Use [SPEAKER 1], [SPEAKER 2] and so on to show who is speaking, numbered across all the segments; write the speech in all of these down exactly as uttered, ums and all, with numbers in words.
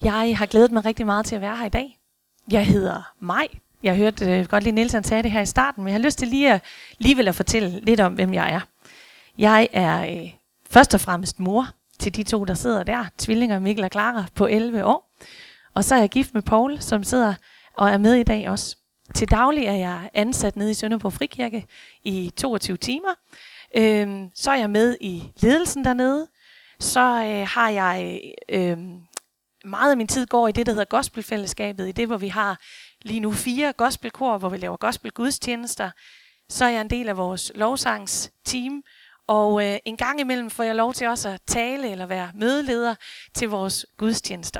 [SPEAKER 1] Jeg har glædet mig rigtig meget til at være her i dag. Jeg hedder Maj. Jeg hørte øh, godt lige Nielsen sagde det her i starten, men jeg har lyst til lige at, alligevel at fortælle lidt om, hvem jeg er. Jeg er øh, først og fremmest mor til de to, der sidder der, tvillinger Mikkel og Clara på elleve år. Og så er jeg gift med Paul, som sidder og er med i dag også. Til daglig er jeg ansat nede i Sønderborg Frikirke i toogtyve timer. Øhm, så er jeg med i ledelsen dernede. Så øh, har jeg øh, meget af min tid går i det, der hedder gospelfællesskabet. I det, hvor vi har lige nu fire gospelkor, hvor vi laver gospelgudstjenester. Så er jeg en del af vores lovsangsteam. Og øh, en gang imellem får jeg lov til også at tale eller være mødeleder til vores gudstjenester.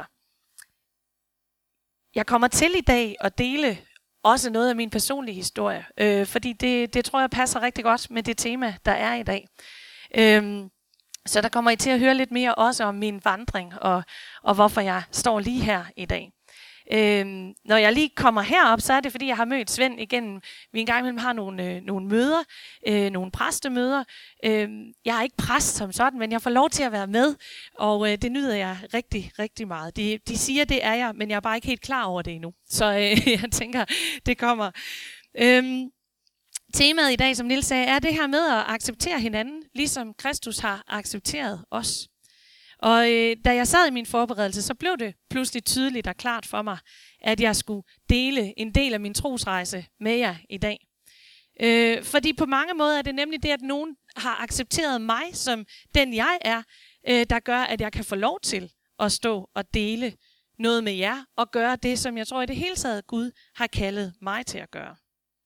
[SPEAKER 1] Jeg kommer til i dag at dele også noget af min personlige historie, øh, fordi det, det tror jeg passer rigtig godt med det tema, der er i dag. Øhm, så der kommer I til at høre lidt mere også om min vandring, og, og hvorfor jeg står lige her i dag. Øhm, når jeg lige kommer herop, så er det fordi jeg har mødt Svend igennem. Vi engang imellem har nogle, øh, nogle møder, øh, nogle præstemøder. Øh, jeg er ikke præst som sådan, men jeg får lov til at være med, og øh, det nyder jeg rigtig, rigtig meget. De, de siger, det er jeg, men jeg er bare ikke helt klar over det endnu. Så øh, jeg tænker, det kommer. Øhm, temaet i dag, som Niels sagde, er det her med at acceptere hinanden, ligesom Kristus har accepteret os. Og øh, da jeg sad i min forberedelse, så blev det pludselig tydeligt og klart for mig, at jeg skulle dele en del af min trosrejse med jer i dag. Øh, fordi på mange måder er det nemlig det, at nogen har accepteret mig som den jeg er, øh, der gør, at jeg kan få lov til at stå og dele noget med jer, og gøre det, som jeg tror i det hele taget Gud har kaldet mig til at gøre.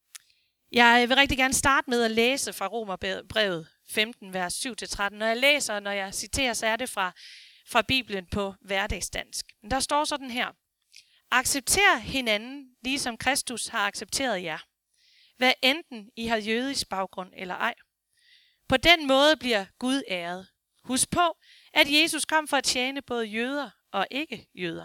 [SPEAKER 1] Jeg vil rigtig gerne starte med at læse fra Romerbrevet femten, vers syv til tretten. Når jeg læser, og når jeg citerer, så er det fra, fra Bibelen på hverdagsdansk. Men der står sådan her. Accepter hinanden, ligesom Kristus har accepteret jer. Hvad enten I har jødisk baggrund eller ej. På den måde bliver Gud æret. Husk på, at Jesus kom for at tjene både jøder og ikke-jøder.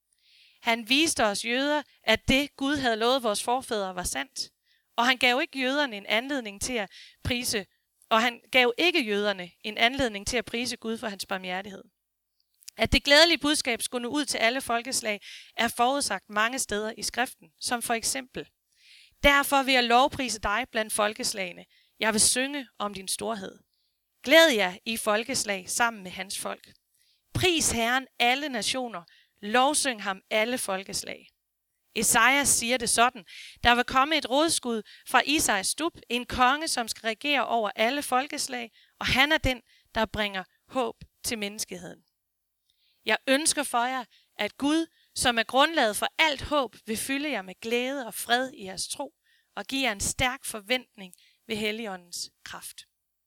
[SPEAKER 1] Han viste os jøder, at det Gud havde lovet vores forfædre var sandt. Og han gav ikke jøderne en anledning til at prise Og han gav ikke jøderne en anledning til at prise Gud for hans barmhjertighed. At det glædelige budskab skulle nå ud til alle folkeslag, er forudsagt mange steder i skriften, som for eksempel: Derfor vil jeg lovprise dig blandt folkeslagene. Jeg vil synge om din storhed. Glæd jer i folkeslag sammen med hans folk. Pris Herren alle nationer. Lovsyng ham alle folkeslag. Esajas siger det sådan: Der vil komme et rodskud fra Isais stub, en konge, som skal regere over alle folkeslag, og han er den, der bringer håb til menneskeheden. Jeg ønsker for jer, at Gud, som er grundlaget for alt håb, vil fylde jer med glæde og fred i jeres tro, og give jer en stærk forventning ved Helligåndens kraft.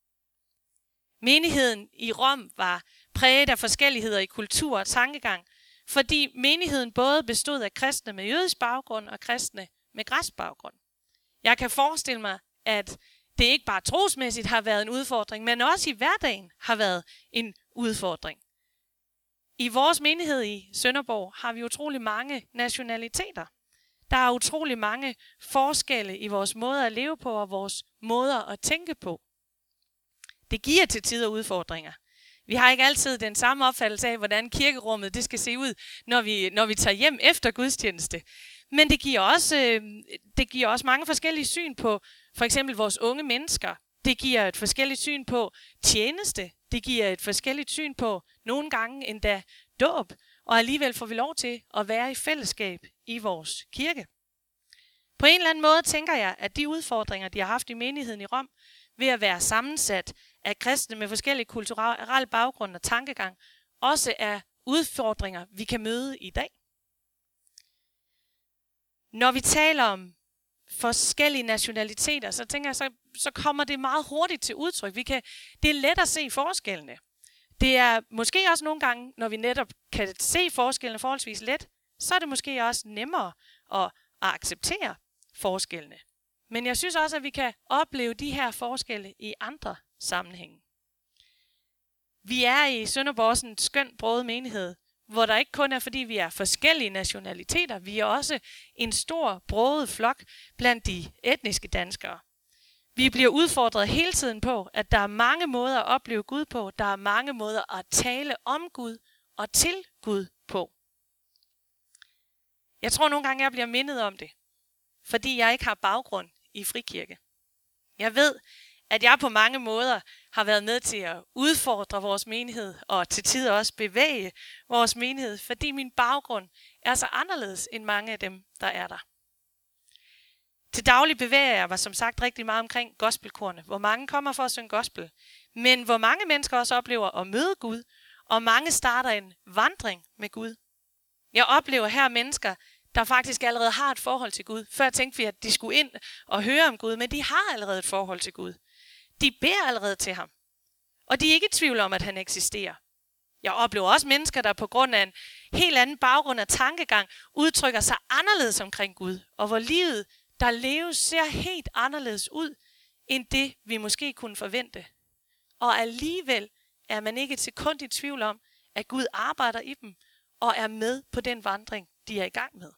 [SPEAKER 1] Menigheden i Rom var præget af forskelligheder i kultur og tankegang, fordi menigheden både bestod af kristne med jødisk baggrund og kristne med græsk baggrund. Jeg kan forestille mig, at det ikke bare trosmæssigt har været en udfordring, men også i hverdagen har været en udfordring. I vores menighed i Sønderborg har vi utrolig mange nationaliteter. Der er utrolig mange forskelle i vores måder at leve på og vores måder at tænke på. Det giver til tider udfordringer. Vi har ikke altid den samme opfattelse af, hvordan kirkerummet det skal se ud, når vi, når vi tager hjem efter gudstjeneste. Men det giver, også, øh, det giver også mange forskellige syn på for eksempel vores unge mennesker. Det giver et forskelligt syn på tjeneste. Det giver et forskelligt syn på nogle gange endda dåb. Og alligevel får vi lov til at være i fællesskab i vores kirke. På en eller anden måde tænker jeg, at de udfordringer, de har haft i menigheden i Rom, ved at være sammensat af kristne med forskellige kulturelle baggrund og tankegang, også er udfordringer, vi kan møde i dag. Når vi taler om forskellige nationaliteter, så tænker jeg, så, så kommer det meget hurtigt til udtryk. Vi kan, det er let at se forskellene. Det er måske også nogle gange, når vi netop kan se forskellene forholdsvis let, så er det måske også nemmere at, at acceptere forskellene. Men jeg synes også, at vi kan opleve de her forskelle i andre sammenhænge. Vi er i Sønderborg også en skøn broget menighed, hvor der ikke kun er, fordi vi er forskellige nationaliteter, vi er også en stor broget flok blandt de etniske danskere. Vi bliver udfordret hele tiden på, at der er mange måder at opleve Gud på, der er mange måder at tale om Gud og til Gud på. Jeg tror nogle gange, jeg bliver mindet om det, fordi jeg ikke har baggrund i frikirke. Jeg ved, at jeg på mange måder har været med til at udfordre vores menighed, og til tider også bevæge vores menighed, fordi min baggrund er så anderledes end mange af dem, der er der. Til daglig bevæger jeg mig som sagt rigtig meget omkring gospelkorne, hvor mange kommer for at synge gospel, men hvor mange mennesker også oplever at møde Gud, og mange starter en vandring med Gud. Jeg oplever her mennesker, der faktisk allerede har et forhold til Gud. Før tænkte vi, at de skulle ind og høre om Gud, men de har allerede et forhold til Gud. De beder allerede til ham, og de er ikke i tvivl om, at han eksisterer. Jeg oplever også mennesker, der på grund af en helt anden baggrund af tankegang, udtrykker sig anderledes omkring Gud, og hvor livet, der leves, ser helt anderledes ud, end det vi måske kunne forvente. Og alligevel er man ikke et sekund i tvivl om, at Gud arbejder i dem, og er med på den vandring, de er i gang med.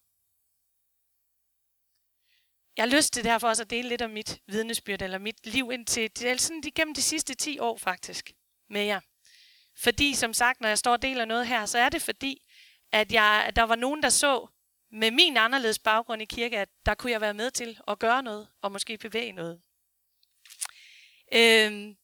[SPEAKER 1] Jeg har lyst til derfor også at dele lidt om mit vidnesbyrd, eller mit liv indtil, eller sådan gennem de sidste ti år faktisk, med jer. Fordi som sagt, når jeg står og deler noget her, så er det fordi, at, jeg, at der var nogen, der så med min anderledes baggrund i kirke, at der kunne jeg være med til at gøre noget, og måske bevæge noget. Øhm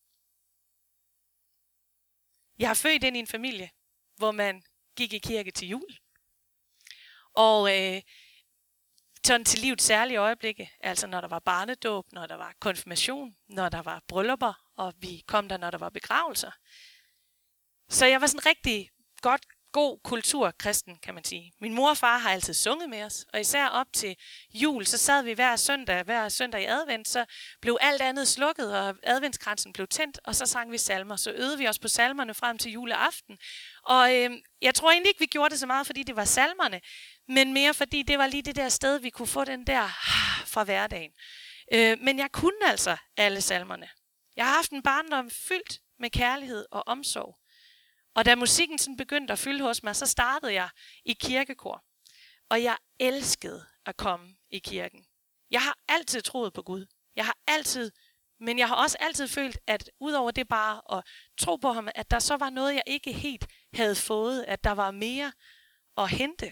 [SPEAKER 1] jeg er født ind i en familie, hvor man gik i kirke til jul. Og øh, sådan til livets særlige øjeblikke, altså når der var barnedåb, når der var konfirmation, når der var bryllupper, og vi kom der, når der var begravelser. Så jeg var sådan rigtig godt, god kulturkristen, kan man sige. Min mor og far har altid sunget med os, og især op til jul, så sad vi hver søndag, hver søndag i advent, så blev alt andet slukket, og adventskransen blev tændt, og så sang vi salmer. Så øvede vi os på salmerne frem til juleaften. Og øh, jeg tror egentlig ikke, vi gjorde det så meget, fordi det var salmerne, men mere fordi det var lige det der sted, vi kunne få den der fra hverdagen. Øh, men jeg kunne altså alle salmerne. Jeg har haft en barndom fyldt med kærlighed og omsorg. Og da musikken sådan begyndte at fylde hos mig, så startede jeg i kirkekor. Og jeg elskede at komme i kirken. Jeg har altid troet på Gud. Jeg har altid, men jeg har også altid følt, at udover det bare at tro på ham, at der så var noget, jeg ikke helt havde fået, at der var mere at hente.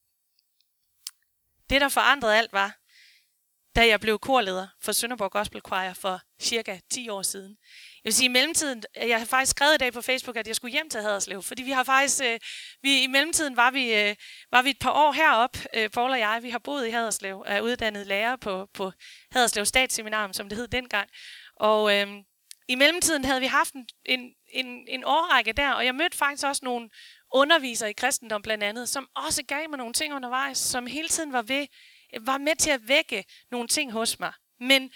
[SPEAKER 1] Det, der forandrede alt, var, da jeg blev korleder for Sønderborg Gospel Choir for cirka ti år siden. Jeg vil sige, i mellemtiden, jeg har faktisk skrevet i dag på Facebook, at jeg skulle hjem til Haderslev, fordi vi har faktisk, øh, vi, i mellemtiden var vi, øh, var vi et par år heroppe, øh, Paul og jeg, vi har boet i Haderslev, er uddannet lærer på, på Haderslev Statsseminarium, som det hed dengang. Og øh, i mellemtiden havde vi haft en, en, en, en årrække der, og jeg mødte faktisk også nogle undervisere i kristendom blandt andet, som også gav mig nogle ting undervejs, som hele tiden var, ved, var med til at vække nogle ting hos mig. Men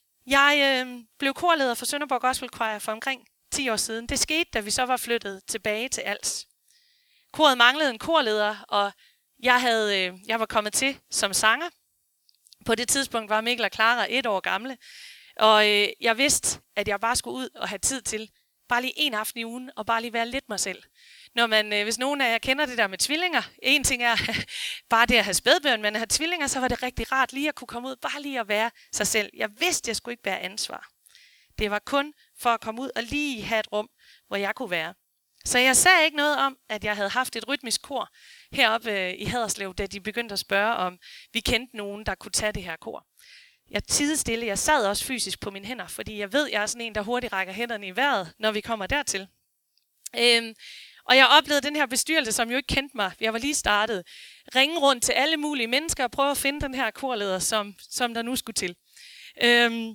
[SPEAKER 1] jeg øh, blev korleder for Sønderborg Gospel Choir for omkring ti år siden. Det skete, da vi så var flyttet tilbage til Als. Koret manglede en korleder, og jeg, havde, øh, jeg var kommet til som sanger. På det tidspunkt var Mikkel og Clara et år gamle, og øh, jeg vidste, at jeg bare skulle ud og have tid til bare lige en aften i ugen, og bare lige være lidt mig selv. Når man, øh, hvis nogen af jer kender det der med tvillinger, en ting er bare det at have spædbørn, men at have tvillinger, så var det rigtig rart lige at kunne komme ud, bare lige at være sig selv. Jeg vidste, jeg skulle ikke bære ansvar. Det var kun for at komme ud og lige have et rum, hvor jeg kunne være. Så jeg sagde ikke noget om, at jeg havde haft et rytmisk kor heroppe øh, i Haderslev, da de begyndte at spørge, om vi kendte nogen, der kunne tage det her kor. Jeg tidede stille, jeg sad også fysisk på mine hænder, fordi jeg ved, jeg er sådan en, der hurtigt rækker hænderne i vejret, når vi kommer dertil. Øhm, Og jeg oplevede den her bestyrelse, som jo ikke kendte mig. Jeg var lige startet. Ringe rundt til alle mulige mennesker og prøve at finde den her korleder, som, som der nu skulle til. Øhm,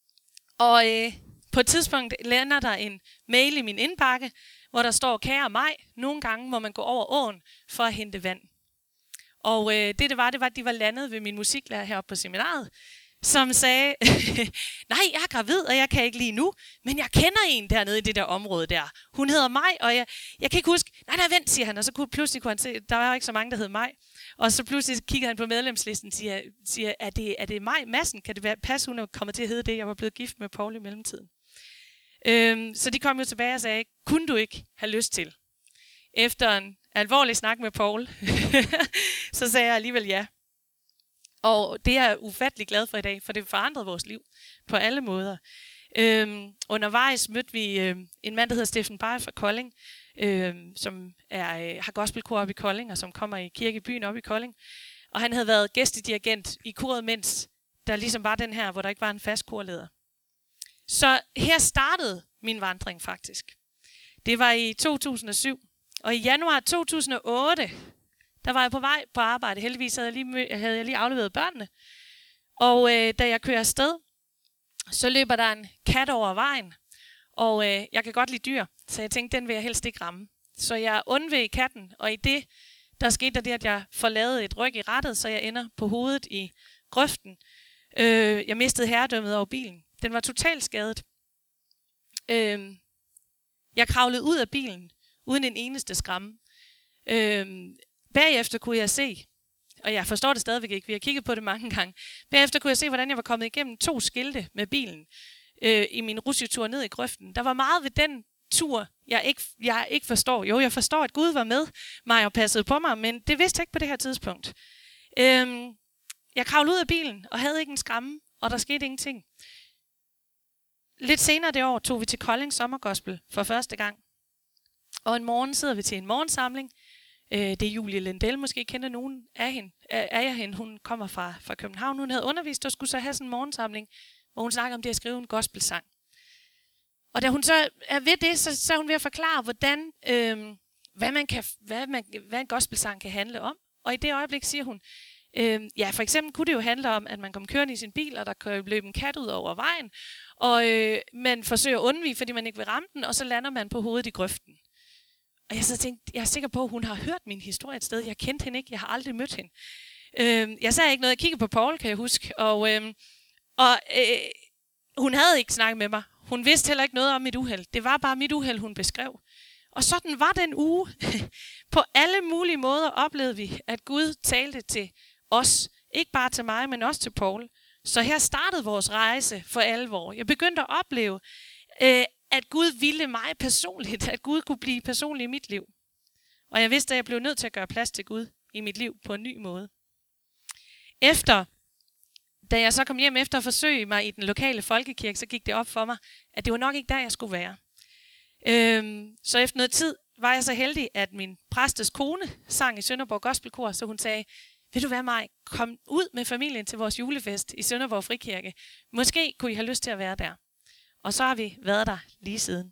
[SPEAKER 1] og øh, på et tidspunkt lander der en mail i min indbakke, hvor der står, kære mig, nogle gange må man gå over åen for at hente vand. Og øh, det det var, det var, at de var landet ved min musiklærer heroppe på seminaret, som sagde, nej, jeg er gravid, og jeg kan ikke lige nu, men jeg kender en dernede i det der område der. Hun hedder Maj, og jeg, jeg kan ikke huske, nej, nej, vent, siger han, og så kunne pludselig kunne han se, der var jo ikke så mange, der hed Maj. Og så pludselig kiggede han på medlemslisten og siger, siger er, det, er det Maj Madsen? Kan det være, passe, hun er kommet til at hedde det? Jeg var blevet gift med Paul i mellemtiden. Øhm, så de kom jo tilbage og sagde, kunne du ikke have lyst til? Efter en alvorlig snak med Paul, så sagde jeg alligevel ja. Og det er jeg ufattelig glad for i dag, for det forandrede vores liv på alle måder. Øhm, undervejs mødte vi øh, en mand, der hedder Steffen Beyer fra Kolding, øh, som er, øh, har gospelkor oppe i Kolding, og som kommer i kirkebyen oppe i Kolding. Og han havde været gæstedirigent i koret, mens der ligesom var den her, hvor der ikke var en fast korleder. Så her startede min vandring faktisk. Det var i to tusind og syv. Og i januar to tusind og otte, der var jeg på vej på arbejde. Heldigvis havde jeg lige, mø- havde jeg lige afleveret børnene. Og øh, da jeg kører afsted, så løber der en kat over vejen. Og øh, jeg kan godt lide dyr, så jeg tænkte, den vil jeg helst ikke ramme. Så jeg undveg katten, og i det, der skete der det, at jeg får lavet et ryg i rattet, så jeg ender på hovedet i grøften. Øh, jeg mistede herredømmet over bilen. Den var totalt skadet. Øh, jeg kravlede ud af bilen, uden en eneste skræmme. Øh, bagefter kunne jeg se, og jeg forstår det stadigvæk ikke, vi har kigget på det mange gange, bagefter kunne jeg se, hvordan jeg var kommet igennem to skilte med bilen øh, i min rusjetur ned i grøften. Der var meget ved den tur, jeg ikke, jeg ikke forstår. Jo, jeg forstår, at Gud var med mig og passede på mig, men det vidste jeg ikke på det her tidspunkt. Øh, jeg kravlede ud af bilen og havde ikke en skræmme, og der skete ingenting. Lidt senere det år tog vi til Kolding Sommergospel for første gang. Og en morgen sidder vi til en morgensamling. Øh, det er Julie Lindell, måske kender nogen af hende. Af jer hende. Hun kommer fra, fra København. Hun havde undervist og skulle så have sådan en morgensamling, hvor hun snakker om det at skrive en gospelsang. Og da hun så er ved det, så, så er hun ved at forklare, hvordan, øh, hvad, man kan, hvad, man, hvad en gospelsang kan handle om. Og i det øjeblik siger hun, øh, ja, for eksempel kunne det jo handle om, at man kom kørende i sin bil, og der kan løbe en kat ud over vejen, og øh, man forsøger at undvige, fordi man ikke vil ramme den, og så lander man på hovedet i grøften. Og jeg så tænkte, jeg er sikker på, at hun har hørt min historie et sted. Jeg kendte hende ikke, jeg har aldrig mødt hende. Øh, jeg sagde ikke noget, jeg kiggede på Paul, kan jeg huske, og, øh, og øh, hun havde ikke snakket med mig. Hun vidste heller ikke noget om mit uheld. Det var bare mit uheld, hun beskrev. Og sådan var den uge. På alle mulige måder oplevede vi, at Gud talte til os. Ikke bare til mig, men også til Paul. Så her startede vores rejse for alvor. Jeg begyndte at opleve, øh, at Gud ville mig personligt. At Gud kunne blive personlig i mit liv. Og jeg vidste, at jeg blev nødt til at gøre plads til Gud i mit liv på en ny måde. Efter, da jeg så kom hjem efter at forsøge mig i den lokale folkekirke, så gik det op for mig, at det var nok ikke der, jeg skulle være. Øhm, så efter noget tid var jeg så heldig, at min præstes kone sang i Sønderborg Gospelkor, så hun sagde, vil du være mig, kom ud med familien til vores julefest i Sønderborg Frikirke. Måske kunne I have lyst til at være der. Og så har vi været der lige siden.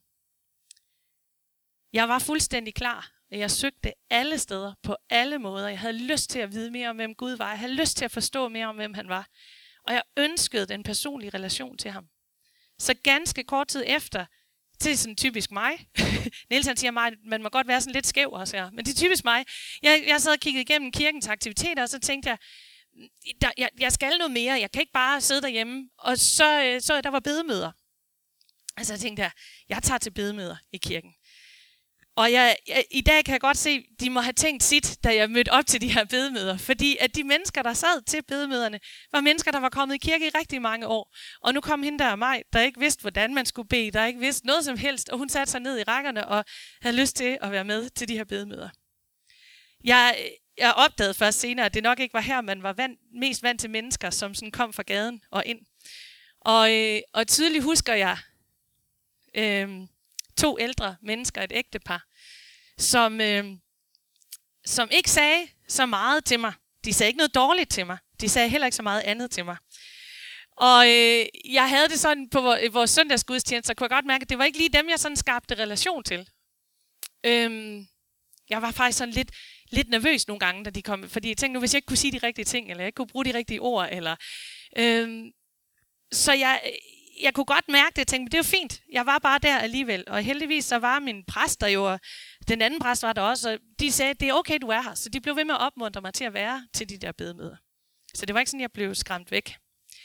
[SPEAKER 1] Jeg var fuldstændig klar, og jeg søgte alle steder på alle måder. Jeg havde lyst til at vide mere om, hvem Gud var. Jeg havde lyst til at forstå mere om, hvem han var. Og jeg ønskede den personlige relation til ham. Så ganske kort tid efter, det er sådan typisk mig. Niels han siger mig, at man må godt være sådan lidt skæv også her. Men det er typisk mig. Jeg, jeg sad og kiggede igennem kirkens aktiviteter, og så tænkte jeg, der, jeg, jeg skal noget mere. Jeg kan ikke bare sidde derhjemme. Og så, så der var bedemøder. Altså jeg tænkte jeg, jeg tager til bedemøder i kirken. Og jeg, jeg, i dag kan jeg godt se, de må have tænkt sit, da jeg mødte op til de her bedemøder. Fordi at de mennesker, der sad til bedemøderne, var mennesker, der var kommet i kirke i rigtig mange år. Og nu kom hende der og mig, der ikke vidste, hvordan man skulle bede, der ikke vidste noget som helst. Og hun satte sig ned i rækkerne og havde lyst til at være med til de her bedemøder. Jeg, jeg opdagede først senere, at det nok ikke var her, man var vant, mest vant til mennesker, som sådan kom fra gaden og ind. Og, øh, og tydeligt husker jeg øh, to ældre mennesker, et ægtepar, som, øh, som ikke sagde så meget til mig. De sagde ikke noget dårligt til mig. De sagde heller ikke så meget andet til mig. Og øh, jeg havde det sådan på vores søndagsgudstjeneste, så kunne jeg godt mærke, at det var ikke lige dem, jeg sådan skabte relation til. Øhm, jeg var faktisk sådan lidt, lidt nervøs nogle gange, da de kom, fordi jeg tænkte nu, hvis jeg ikke kunne sige de rigtige ting, eller jeg ikke kunne bruge de rigtige ord, eller... Øhm, så jeg... Jeg kunne godt mærke det, jeg tænkte, det er jo fint. Jeg var bare der alligevel. Og heldigvis så var min præst der jo, og den anden præst var der også, og de sagde, det er okay, du er her. Så de blev ved med at opmuntre mig til at være til de der bedemøder. Så det var ikke sådan, jeg blev skræmt væk.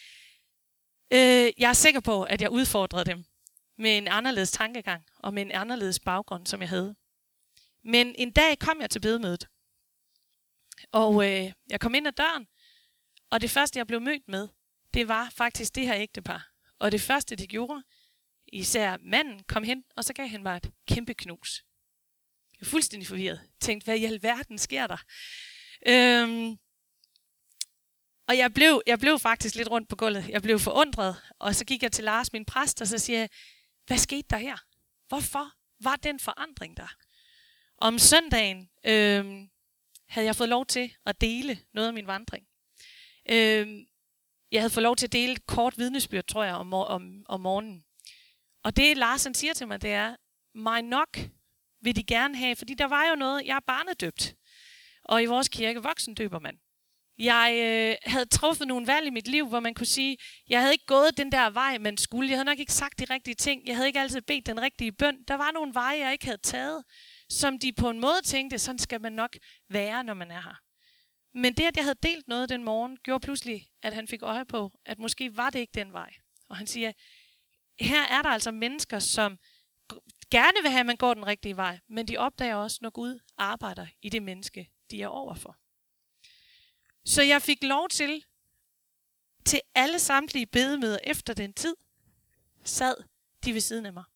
[SPEAKER 1] Øh, jeg er sikker på, at jeg udfordrede dem med en anderledes tankegang, og med en anderledes baggrund, som jeg havde. Men en dag kom jeg til bedemødet. Og øh, jeg kom ind ad døren, og det første, jeg blev mødt med, det var faktisk det her ægtepar. Og det første, de gjorde, især manden, kom hen, og så gav han mig et kæmpe knus. Jeg var fuldstændig forvirret. Jeg tænkte, hvad i alverden sker der? Øhm, og jeg blev, jeg blev faktisk lidt rundt på gulvet. Jeg blev forundret, og så gik jeg til Lars, min præst, og så siger jeg, hvad skete der her? Hvorfor var den forandring der? Om søndagen øh, havde jeg fået lov til at dele noget af min vandring. Øh, jeg havde fået lov til at dele et kort vidnesbyrd, tror jeg, om, om, om morgenen. Og det Lars han siger til mig, det er, mig nok vil de gerne have, fordi der var jo noget, jeg er barnedøbt. Og i vores kirke voksendøber man. Jeg øh, havde truffet nogle valg i mit liv, hvor man kunne sige, jeg havde ikke gået den der vej, man skulle. Jeg havde nok ikke sagt de rigtige ting. Jeg havde ikke altid bedt den rigtige bøn. Der var nogle veje, jeg ikke havde taget, som de på en måde tænkte, sådan skal man nok være, når man er her. Men det, at jeg havde delt noget den morgen, gjorde pludselig, at han fik øje på, at måske var det ikke den vej. Og han siger, her er der altså mennesker, som gerne vil have, at man går den rigtige vej, men de opdager også, når Gud arbejder i det menneske, de er overfor. Så jeg fik lov til, til alle samtlige bedemøder efter den tid, sad de ved siden af mig.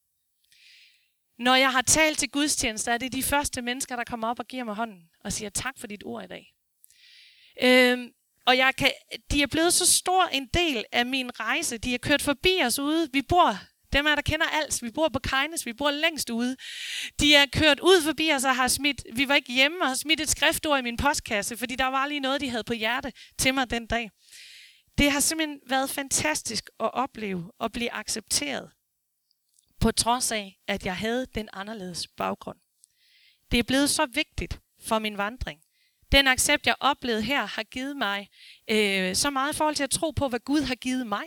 [SPEAKER 1] Når jeg har talt til gudstjenester, er det de første mennesker, der kommer op og giver mig hånden og siger tak for dit ord i dag. Øhm, og jeg kan, de er blevet så stor en del af min rejse. De er kørt forbi os ude. Vi bor, dem er der kender alt. Vi bor på Kejnes, vi bor længst ude. De er kørt ud forbi os og har smidt, vi var ikke hjemme og har smidt et skriftord i min postkasse, fordi der var lige noget, de havde på hjerte til mig den dag. Det har simpelthen været fantastisk at opleve og blive accepteret, på trods af, at jeg havde den anderledes baggrund. Det er blevet så vigtigt for min vandring. Den accept, jeg oplevede her, har givet mig øh, så meget i forhold til at tro på, hvad Gud har givet mig.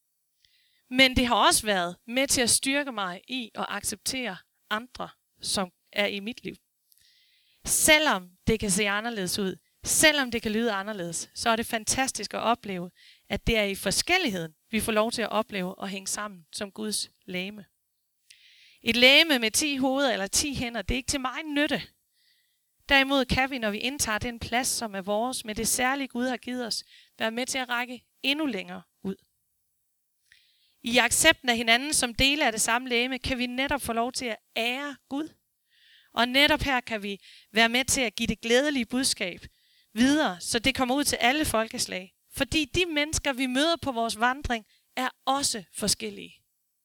[SPEAKER 1] Men det har også været med til at styrke mig i at acceptere andre, som er i mit liv. Selvom det kan se anderledes ud, selvom det kan lyde anderledes, så er det fantastisk at opleve, at det er i forskelligheden, vi får lov til at opleve og hænge sammen som Guds legeme. Et legeme med ti hoveder eller ti hænder, det er ikke til mig nytte. Derimod kan vi, når vi indtager den plads, som er vores, med det særlige Gud har givet os, være med til at række endnu længere ud. I accepten af hinanden som dele af det samme legeme, kan vi netop få lov til at ære Gud. Og netop her kan vi være med til at give det glædelige budskab videre, så det kommer ud til alle folkeslag. Fordi de mennesker, vi møder på vores vandring, er også forskellige.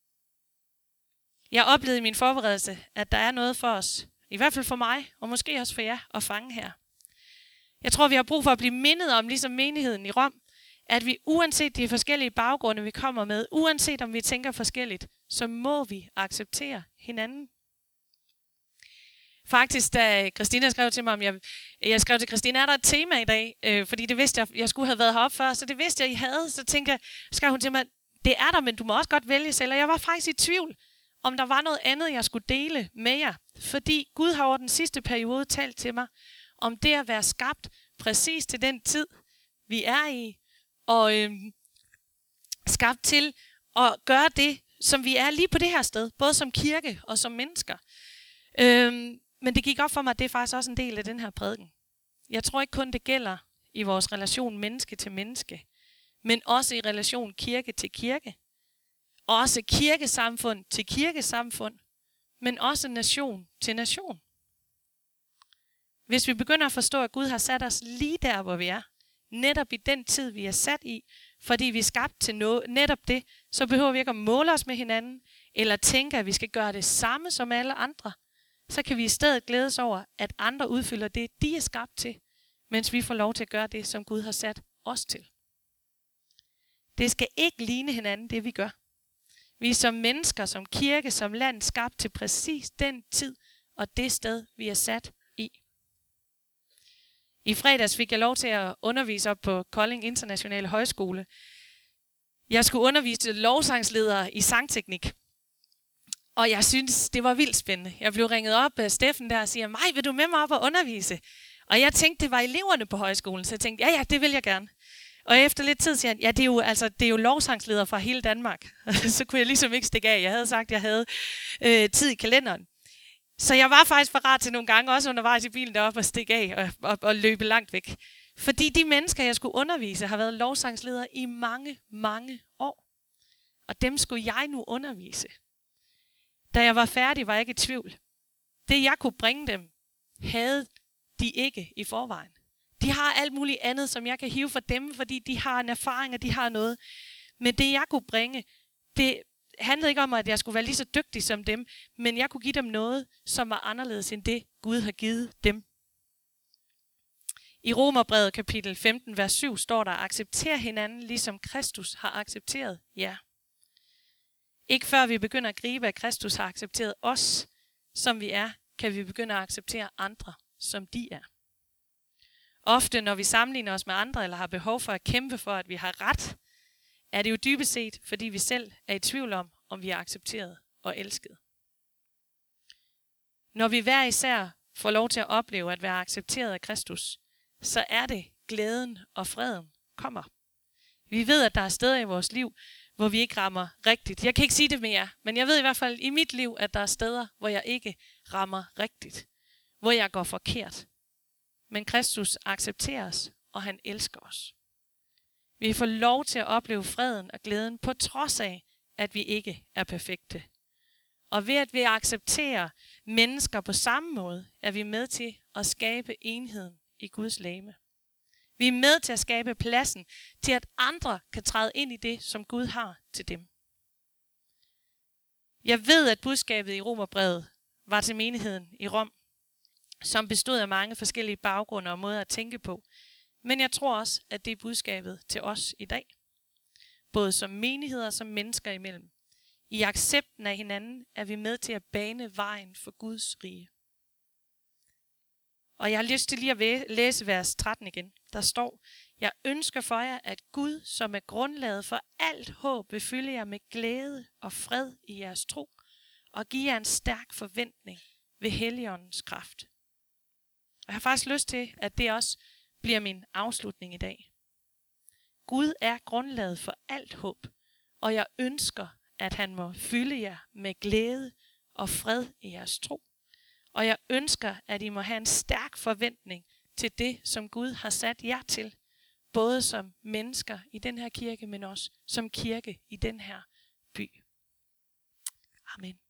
[SPEAKER 1] Jeg oplevede i min forberedelse, at der er noget for os, i hvert fald for mig, og måske også for jer, at fange her. Jeg tror, vi har brug for at blive mindet om, ligesom menigheden i Rom, at vi uanset de forskellige baggrunde, vi kommer med, uanset om vi tænker forskelligt, så må vi acceptere hinanden. Faktisk, da Christina skrev til mig, om jeg, jeg skrev til Christina, er der et tema i dag? Øh, fordi det vidste jeg, jeg skulle have været heroppe før, så det vidste jeg, I havde. Så tænkte jeg, skrev hun til mig, det er der, men du må også godt vælge selv. Og jeg var faktisk i tvivl, om der var noget andet, jeg skulle dele med jer. Fordi Gud har over den sidste periode talt til mig, om det at være skabt præcis til den tid, vi er i. Og øh, skabt til at gøre det, som vi er lige på det her sted, både som kirke og som mennesker. Øh, men det gik op for mig, at det er faktisk også en del af den her prædiken. Jeg tror ikke kun, det gælder i vores relation menneske til menneske, men også i relation kirke til kirke. Også kirkesamfund til kirkesamfund, men også nation til nation. Hvis vi begynder at forstå, at Gud har sat os lige der, hvor vi er, netop i den tid, vi er sat i, fordi vi er skabt til no- netop det, så behøver vi ikke at måle os med hinanden, eller tænke, at vi skal gøre det samme som alle andre. Så kan vi i stedet glædes over, at andre udfylder det, de er skabt til, mens vi får lov til at gøre det, som Gud har sat os til. Det skal ikke ligne hinanden, det vi gør. Vi er som mennesker, som kirke, som land skabt til præcis den tid og det sted, vi er sat i. I fredags fik jeg lov til at undervise op på Kolding Internationale Højskole. Jeg skulle undervise lovsangsledere i sangteknik. Og jeg synes, det var vildt spændende. Jeg blev ringet op af Steffen der og siger, Maj, vil du med mig op og undervise? Og jeg tænkte, det var eleverne på højskolen, så jeg tænkte, ja, ja, det vil jeg gerne. Og efter lidt tid siger han, ja, det er jo, altså, det er jo lovsangsledere fra hele Danmark. Så kunne jeg ligesom ikke stikke af. Jeg havde sagt, at jeg havde øh, tid i kalenderen. Så jeg var faktisk parat til nogle gange, også undervejs i bilen deroppe, at stikke af og, og, og løbe langt væk. Fordi de mennesker, jeg skulle undervise, har været lovsangsledere i mange, mange år. Og dem skulle jeg nu undervise. Da jeg var færdig, var jeg ikke i tvivl. Det, jeg kunne bringe dem, havde de ikke i forvejen. De har alt muligt andet, som jeg kan hive for dem, fordi de har en erfaring, og de har noget. Men det, jeg kunne bringe, det handlede ikke om, at jeg skulle være lige så dygtig som dem, men jeg kunne give dem noget, som var anderledes end det, Gud har givet dem. I Romerbrevet kapitel femten, vers syv står der, accepter hinanden, ligesom Kristus har accepteret jer. Ikke før vi begynder at gribe, at Kristus har accepteret os, som vi er, kan vi begynde at acceptere andre, som de er. Ofte, når vi sammenligner os med andre, eller har behov for at kæmpe for, at vi har ret, er det jo dybest set, fordi vi selv er i tvivl om, om vi er accepteret og elsket. Når vi hver især får lov til at opleve at være accepteret af Kristus, så er det glæden og freden kommer. Vi ved, at der er steder i vores liv, hvor vi ikke rammer rigtigt. Jeg kan ikke sige det mere, men jeg ved i hvert fald i mit liv, at der er steder, hvor jeg ikke rammer rigtigt. Hvor jeg går forkert. Men Kristus accepterer os, og han elsker os. Vi får lov til at opleve freden og glæden, på trods af, at vi ikke er perfekte. Og ved at vi accepterer mennesker på samme måde, er vi med til at skabe enheden i Guds legeme. Vi er med til at skabe pladsen til, at andre kan træde ind i det, som Gud har til dem. Jeg ved, at budskabet i Romerbrevet var til menigheden i Rom, som bestod af mange forskellige baggrunde og måder at tænke på. Men jeg tror også, at det er budskabet til os i dag. Både som menigheder og som mennesker imellem. I accepten af hinanden er vi med til at bane vejen for Guds rige. Og jeg har lyst til lige at læse vers tretten igen. Der står, jeg ønsker for jer, at Gud, som er grundlaget for alt håb, vil fylde jer med glæde og fred i jeres tro, og give jer en stærk forventning ved Helligåndens kraft. Og jeg har faktisk lyst til, at det også bliver min afslutning i dag. Gud er grundlaget for alt håb, og jeg ønsker, at han må fylde jer med glæde og fred i jeres tro. Og jeg ønsker, at I må have en stærk forventning til det, som Gud har sat jer til. Både som mennesker i den her kirke, men også som kirke i den her by. Amen.